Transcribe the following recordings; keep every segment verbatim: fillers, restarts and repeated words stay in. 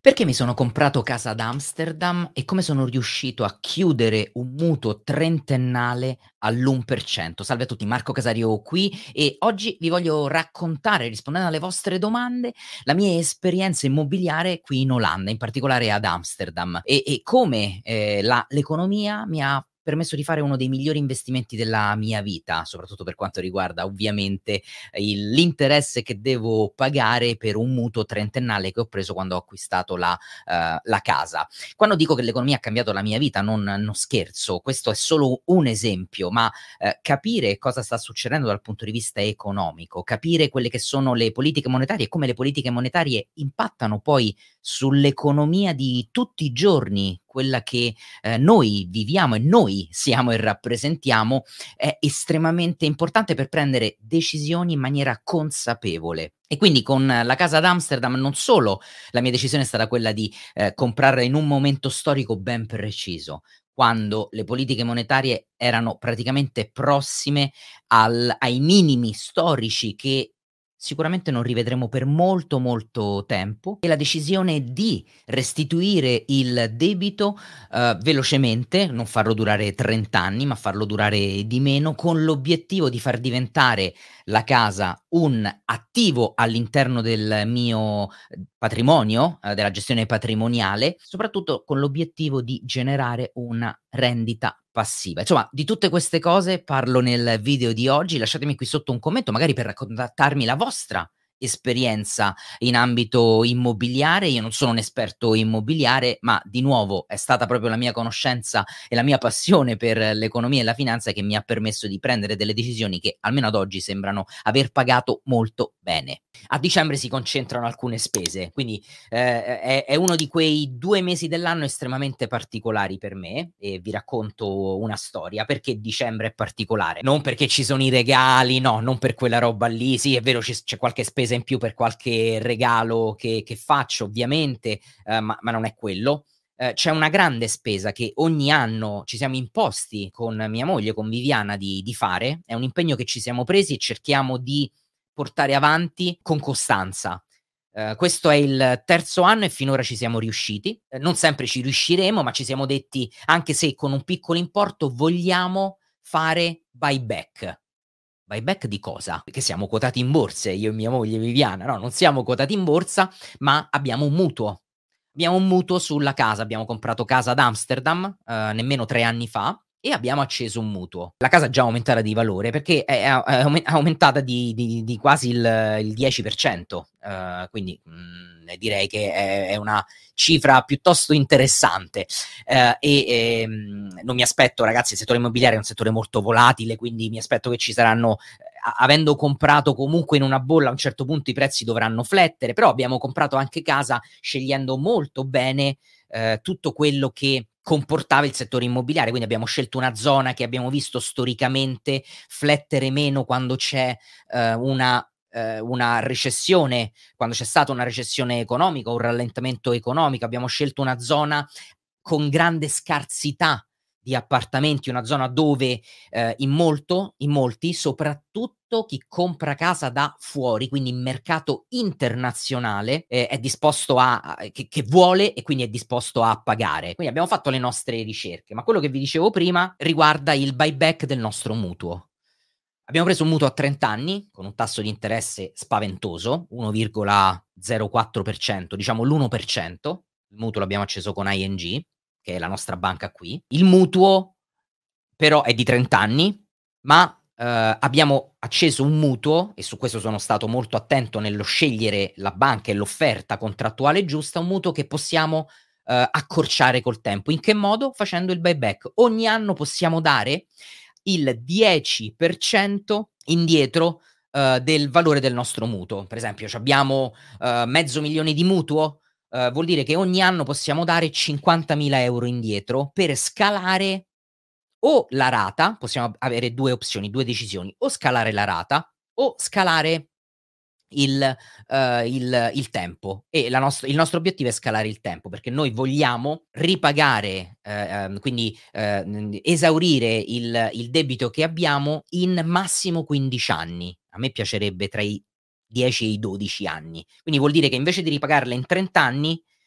Perché mi sono comprato casa ad Amsterdam e come sono riuscito a chiudere un mutuo trentennale all'uno per cento. Salve a tutti, Marco Casario qui e oggi vi voglio raccontare, rispondendo alle vostre domande, la mia esperienza immobiliare qui in Olanda, in particolare ad Amsterdam e, e come eh, la- l'economia mi ha permesso di fare uno dei migliori investimenti della mia vita, soprattutto per quanto riguarda ovviamente il l'interesse che devo pagare per un mutuo trentennale che ho preso quando ho acquistato la ehm, la casa. Quando dico che l'economia ha cambiato la mia vita non non scherzo, questo è solo un esempio, ma, ehm, capire cosa sta succedendo dal punto di vista economico, capire quelle che sono le politiche monetarie e come le politiche monetarie impattano poi sull'economia di tutti i giorni, quella che, ehm, noi viviamo e noi siamo e rappresentiamo, è estremamente importante per prendere decisioni in maniera consapevole. E quindi con la casa ad Amsterdam non solo la mia decisione è stata quella di, ehm, comprarla in un momento storico ben preciso, quando le politiche monetarie erano praticamente prossime al ai minimi storici che sicuramente non rivedremo per molto, molto tempo, e la decisione di restituire il debito uhm, velocemente, non farlo durare trenta anni, ma farlo durare di meno, con l'obiettivo di far diventare la casa un attivo all'interno del mio, ehm, patrimonio, uhm, della gestione patrimoniale, soprattutto con l'obiettivo di generare una rendita passiva. Insomma, di tutte queste cose parlo nel video di oggi. Lasciatemi qui sotto un commento, magari per raccontarmi la vostra esperienza in ambito immobiliare. Io non sono un esperto immobiliare, ma di nuovo è stata proprio la mia conoscenza e la mia passione per l'economia e la finanza che mi ha permesso di prendere delle decisioni che almeno ad oggi sembrano aver pagato molto bene. A dicembre si concentrano alcune spese, quindi eh, è, è uno di quei due mesi dell'anno estremamente particolari per me e vi racconto una storia. Perché dicembre è particolare? Non perché ci sono i regali, no, non per quella roba lì. Sì, è vero, c'è, c'è qualche spesa in più per qualche regalo che, che faccio, ovviamente, eh, ma, ma non è quello. Eh, c'è una grande spesa che ogni anno ci siamo imposti con mia moglie, con Viviana, di, di fare. È un impegno che ci siamo presi e cerchiamo di portare avanti con costanza. Ehm, questo è il terzo anno e finora ci siamo riusciti. Ehm, non sempre ci riusciremo, ma ci siamo detti: anche se con un piccolo importo, vogliamo fare buyback. Buyback di cosa? Perché siamo quotati in borsa, io e mia moglie Viviana. No, non siamo quotati in borsa, ma abbiamo un mutuo. Abbiamo un mutuo sulla casa, abbiamo comprato casa ad Amsterdam, ehm, nemmeno tre anni fa, e abbiamo acceso un mutuo. La casa è già aumentata di valore perché è è è aume aumentata di di di quasi il il dieci per cento, ehm, quindi, mhmm, direi che è è una cifra piuttosto interessante. Ehm, e, ehm, non mi aspetto, ragazzi, il settore immobiliare è un settore molto volatile, quindi mi aspetto che ci saranno, a avendo comprato comunque in una bolla, a un certo punto i prezzi dovranno flettere, però abbiamo comprato anche casa scegliendo molto bene, ehm, tutto quello che comportava il settore immobiliare. Quindi abbiamo scelto una zona che abbiamo visto storicamente flettere meno quando c'è, ehm, una ehm, una recessione, quando c'è stata una recessione economica, un rallentamento economico. Abbiamo scelto una zona con grande scarsità di appartamenti, una zona dove, ehm, in molto in molti, soprattutto chi compra casa da fuori, quindi in mercato internazionale, ehm, è disposto a a che che vuole e quindi è disposto a pagare. Quindi abbiamo fatto le nostre ricerche, ma quello che vi dicevo prima riguarda il buyback del nostro mutuo. Abbiamo preso un mutuo a trenta anni con un tasso di interesse spaventoso, uno virgola zero quattro per cento, diciamo l'uno per cento. Il mutuo l'abbiamo acceso con I N G, che è la nostra banca qui. Il mutuo però è di trenta anni, ma, ehm, abbiamo acceso un mutuo, e su questo sono stato molto attento nello scegliere la banca e l'offerta contrattuale giusta, un mutuo che possiamo, ehm, accorciare col tempo. In che modo? Facendo il buyback. Ogni anno possiamo dare il dieci per cento indietro, uhm, del valore del nostro mutuo. Per esempio c'abbiamo, uhm, mezzo milione di mutuo, uhm, vuol dire che ogni anno possiamo dare cinquantamila euro indietro per scalare o la rata. Possiamo ab avere due opzioni, due decisioni: o scalare la rata o scalare il uhm, il il tempo. E la nost il nostro obiettivo è scalare il tempo, perché noi vogliamo ripagare, ehm, quindi, ehm, esaurire il il debito che abbiamo in massimo quindici anni. A me piacerebbe tra i dieci e i dodici anni. Quindi vuol dire che invece di ripagarla in trenta anni,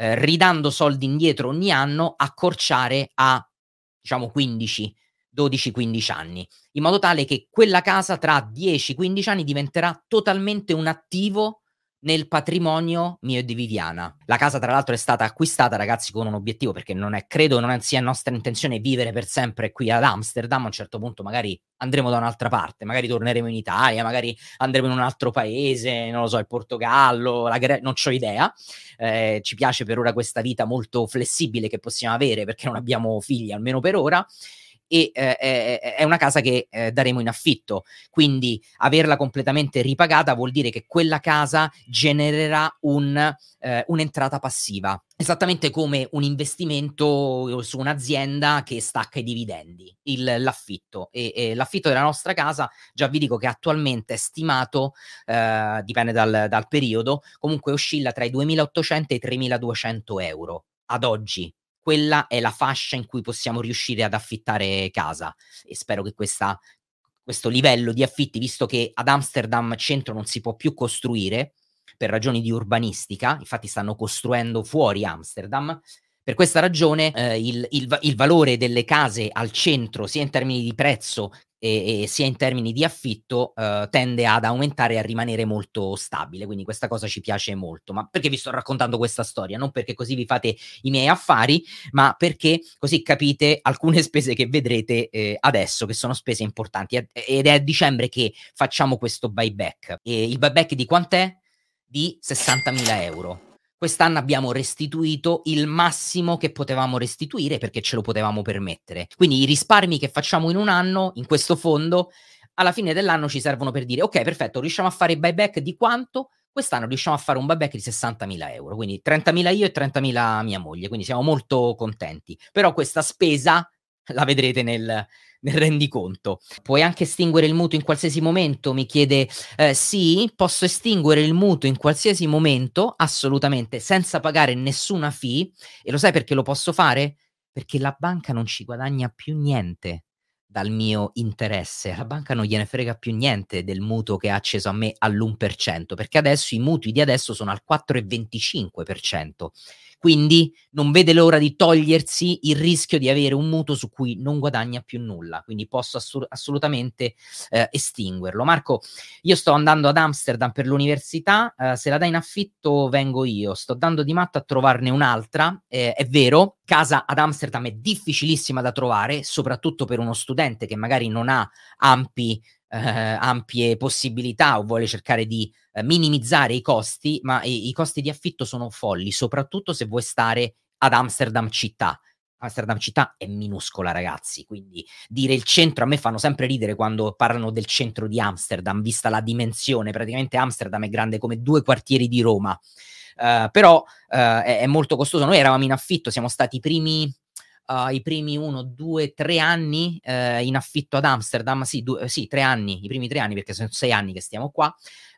eh, ridando soldi indietro ogni anno, accorciare a diciamo quindici, dodici, quindici anni, in modo tale che quella casa tra dieci, quindici anni diventerà totalmente un attivo nel patrimonio mio e di Viviana. La casa tra l'altro è stata acquistata, ragazzi, con un obiettivo, perché non è credo non sia nostra intenzione vivere per sempre qui ad Amsterdam. A un certo punto magari andremo da un'altra parte, magari torneremo in Italia, magari andremo in un altro paese, non lo so, il Portogallo, la Gre- non c'ho idea. Eh, ci piace per ora questa vita molto flessibile che possiamo avere, perché non abbiamo figli, almeno per ora. E eh, è, è una casa che eh, daremo in affitto, quindi averla completamente ripagata vuol dire che quella casa genererà un, eh, un'entrata passiva, esattamente come un investimento su un'azienda che stacca i dividendi, il, l'affitto. E, e l'affitto della nostra casa, già vi dico che attualmente è stimato, eh, dipende dal, dal periodo, comunque oscilla tra i duemilaottocento e i tremiladuecento euro ad oggi. Quella è la fascia in cui possiamo riuscire ad affittare casa, e spero che questa, questo livello di affitti, visto che ad Amsterdam centro non si può più costruire per ragioni di urbanistica, infatti stanno costruendo fuori Amsterdam, per questa ragione eh, il, il, il valore delle case al centro, sia in termini di prezzo e, e sia in termini di affitto, eh, tende ad aumentare e a rimanere molto stabile, quindi questa cosa ci piace molto. Ma perché vi sto raccontando questa storia? Non perché così vi fate i miei affari, ma perché così capite alcune spese che vedrete eh, adesso, che sono spese importanti, ed è a dicembre che facciamo questo buyback. E il buyback di quant'è? Di sessantamila euro. Quest'anno abbiamo restituito il massimo che potevamo restituire, perché ce lo potevamo permettere. Quindi i risparmi che facciamo in un anno in questo fondo, alla fine dell'anno ci servono per dire: ok, perfetto, riusciamo a fare il buyback di quanto? Quest'anno riusciamo a fare un buyback di sessantamila euro, quindi trentamila io e trentamila mia moglie, quindi siamo molto contenti. Però questa spesa la vedrete nel, nel rendiconto. Puoi anche estinguere il mutuo in qualsiasi momento, mi chiede. Eh, sì, posso estinguere il mutuo in qualsiasi momento, assolutamente, senza pagare nessuna fee. E lo sai perché lo posso fare? Perché la banca non ci guadagna più niente dal mio interesse. La banca non gliene frega più niente del mutuo che ha acceso a me all'uno per cento, perché adesso i mutui di adesso sono al quattro virgola venticinque per cento. Quindi non vede l'ora di togliersi il rischio di avere un mutuo su cui non guadagna più nulla, quindi posso assur- assolutamente eh, estinguerlo. Marco, io sto andando ad Amsterdam per l'università, eh, se la dai in affitto vengo io, sto dando di matto a trovarne un'altra, eh, è vero, casa ad Amsterdam è difficilissima da trovare, soprattutto per uno studente che magari non ha ampi, eh, ampie possibilità o vuole cercare di eh, minimizzare i costi, ma i, i costi di affitto sono folli, soprattutto se vuoi stare ad Amsterdam città. Amsterdam città è minuscola, ragazzi, quindi dire il centro, a me fanno sempre ridere quando parlano del centro di Amsterdam, vista la dimensione. Praticamente Amsterdam è grande come due quartieri di Roma. Uh, però uh, è, è molto costoso. Noi eravamo in affitto, siamo stati i primi uh, i primi uno, due, tre anni uh, in affitto ad Amsterdam, sì, due, sì, tre anni, i primi tre anni, perché sono sei anni che stiamo qua,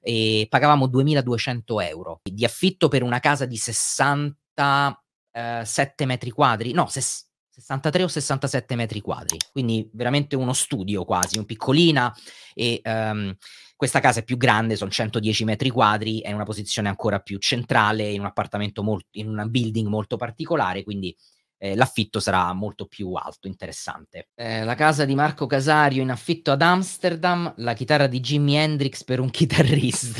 e pagavamo duemiladuecento euro di affitto per una casa di sessantasette metri quadri, no, ses- sessantatré o sessantasette metri quadri, quindi veramente uno studio quasi, un piccolina. E um, questa casa è più grande, sono centodieci metri quadri, è in una posizione ancora più centrale, in un appartamento molto, in un building molto particolare, quindi eh, l'affitto sarà molto più alto, interessante. Eh, la casa di Marco Casario in affitto ad Amsterdam, la chitarra di Jimi Hendrix per un chitarrista.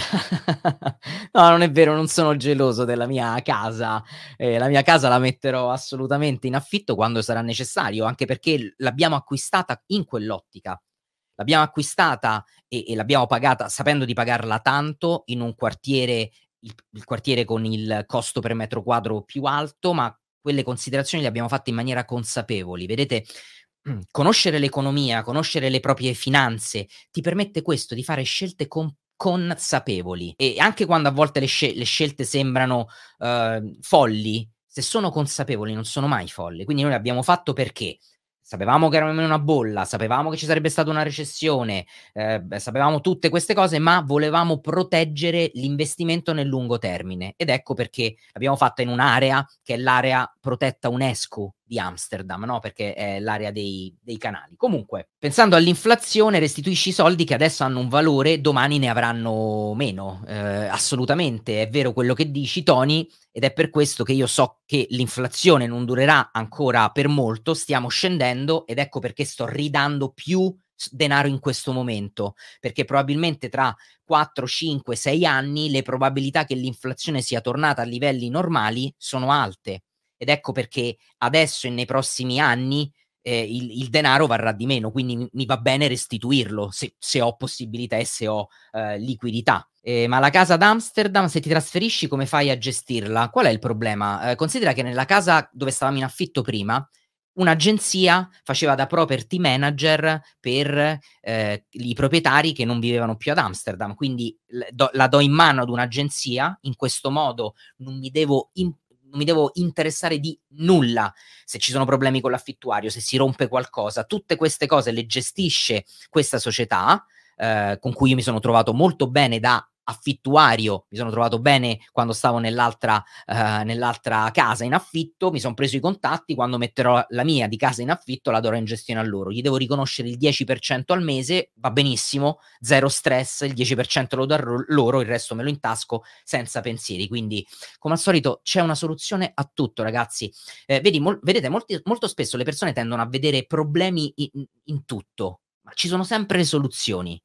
No, non è vero, non sono geloso della mia casa. Eh, la mia casa la metterò assolutamente in affitto quando sarà necessario, anche perché l'abbiamo acquistata in quell'ottica. L'abbiamo acquistata e, e l'abbiamo pagata sapendo di pagarla tanto in un quartiere, il, il quartiere con il costo per metro quadro più alto, ma quelle considerazioni le abbiamo fatte in maniera consapevoli. Vedete, conoscere l'economia, conoscere le proprie finanze, ti permette questo, di fare scelte con consapevoli. E anche quando a volte le, scel- le scelte sembrano uh, folli, se sono consapevoli non sono mai folli. Quindi noi l'abbiamo fatto perché sapevamo che eravamo in una bolla, sapevamo che ci sarebbe stata una recessione, eh, beh, sapevamo tutte queste cose, ma volevamo proteggere l'investimento nel lungo termine. Ed ecco perché l'abbiamo fatta in un'area che è l'area protetta UNESCO di Amsterdam, no, perché è l'area dei dei canali. Comunque, pensando all'inflazione, restituisci i soldi che adesso hanno un valore, domani ne avranno meno. Ehm, assolutamente, è vero quello che dici Tony, ed è per questo che io so che l'inflazione non durerà ancora per molto, stiamo scendendo ed ecco perché sto ridando più s denaro in questo momento, perché probabilmente tra quattro, cinque, sei anni le probabilità che l'inflazione sia tornata a livelli normali sono alte. Ed ecco perché adesso e nei prossimi anni, ehm, il il denaro varrà di meno, quindi mi mi va bene restituirlo se se ho possibilità e se ho, ehm, liquidità. Ehm, ma la casa ad Amsterdam, se ti trasferisci come fai a gestirla? Qual è il problema? Ehm, considera che nella casa dove stavamo in affitto prima, un'agenzia faceva da property manager per, ehm, i proprietari che non vivevano più ad Amsterdam, quindi l do la do in mano ad un'agenzia, in questo modo non mi devo in non mi devo interessare di nulla se ci sono problemi con l'affittuario, se si rompe qualcosa. Tutte queste cose le gestisce questa società, ehm, con cui io mi sono trovato molto bene da affittuario, mi sono trovato bene quando stavo nell'altra ehm, nell'altra casa in affitto, mi son preso i contatti, quando metterò la mia di casa in affitto la darò in gestione a loro. Gli devo riconoscere il dieci per cento al mese, va benissimo, zero stress, il dieci per cento lo darò loro, il resto me lo intasco senza pensieri. Quindi, come al solito, c'è una soluzione a tutto ragazzi. Ehm, vedi mol vedete molti molto spesso le persone tendono a vedere problemi i in in tutto, ma ci sono sempre le soluzioni.